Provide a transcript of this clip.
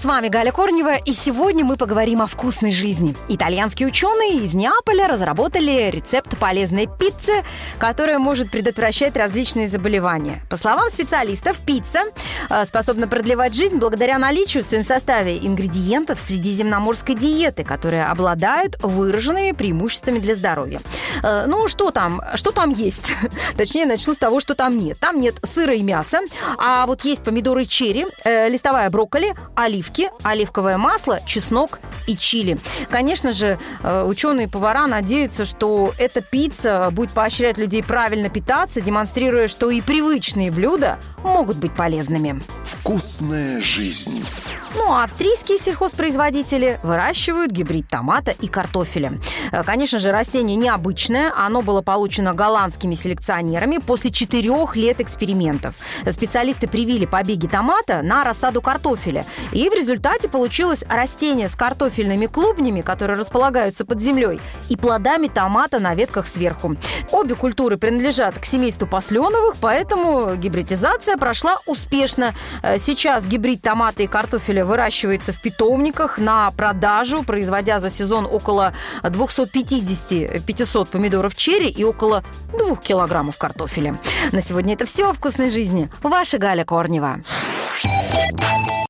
вами Галя Корнева, и сегодня мы поговорим о вкусной жизни. Итальянские ученые из Неаполя разработали рецепт полезной пиццы, которая может предотвращать различные заболевания. По словам специалистов, пицца способна продлевать жизнь благодаря наличию в своем составе ингредиентов средиземноморской диеты, которые обладают выраженными преимуществами для здоровья. Что там есть? Точнее, начну с того, что там нет. Там нет сыра и мяса, а вот есть помидоры черри, листовая брокколи, оливки, оливковое масло, чеснок и чили. Конечно же, ученые-повара надеются, что эта пицца будет поощрять людей правильно питаться, демонстрируя, что и привычные блюда могут быть полезными. Вкусная жизнь. Австрийские сельхозпроизводители выращивают гибрид томата и картофеля. Конечно же, растение необычное. Оно было получено голландскими селекционерами после 4 лет экспериментов. Специалисты привили побеги томата на рассаду картофеля. И в результате получилось растение с картофельными клубнями, которые располагаются под землей, и плодами томата на ветках сверху. Обе культуры принадлежат к семейству посленовых, поэтому гибридизация прошла успешно. Сейчас гибрид томата и картофеля выращивается в питомниках на продажу, производя за сезон около 250-500 помидоров черри и около 2 килограммов картофеля. На сегодня это все о вкусной жизни. Ваша Галя Корнева.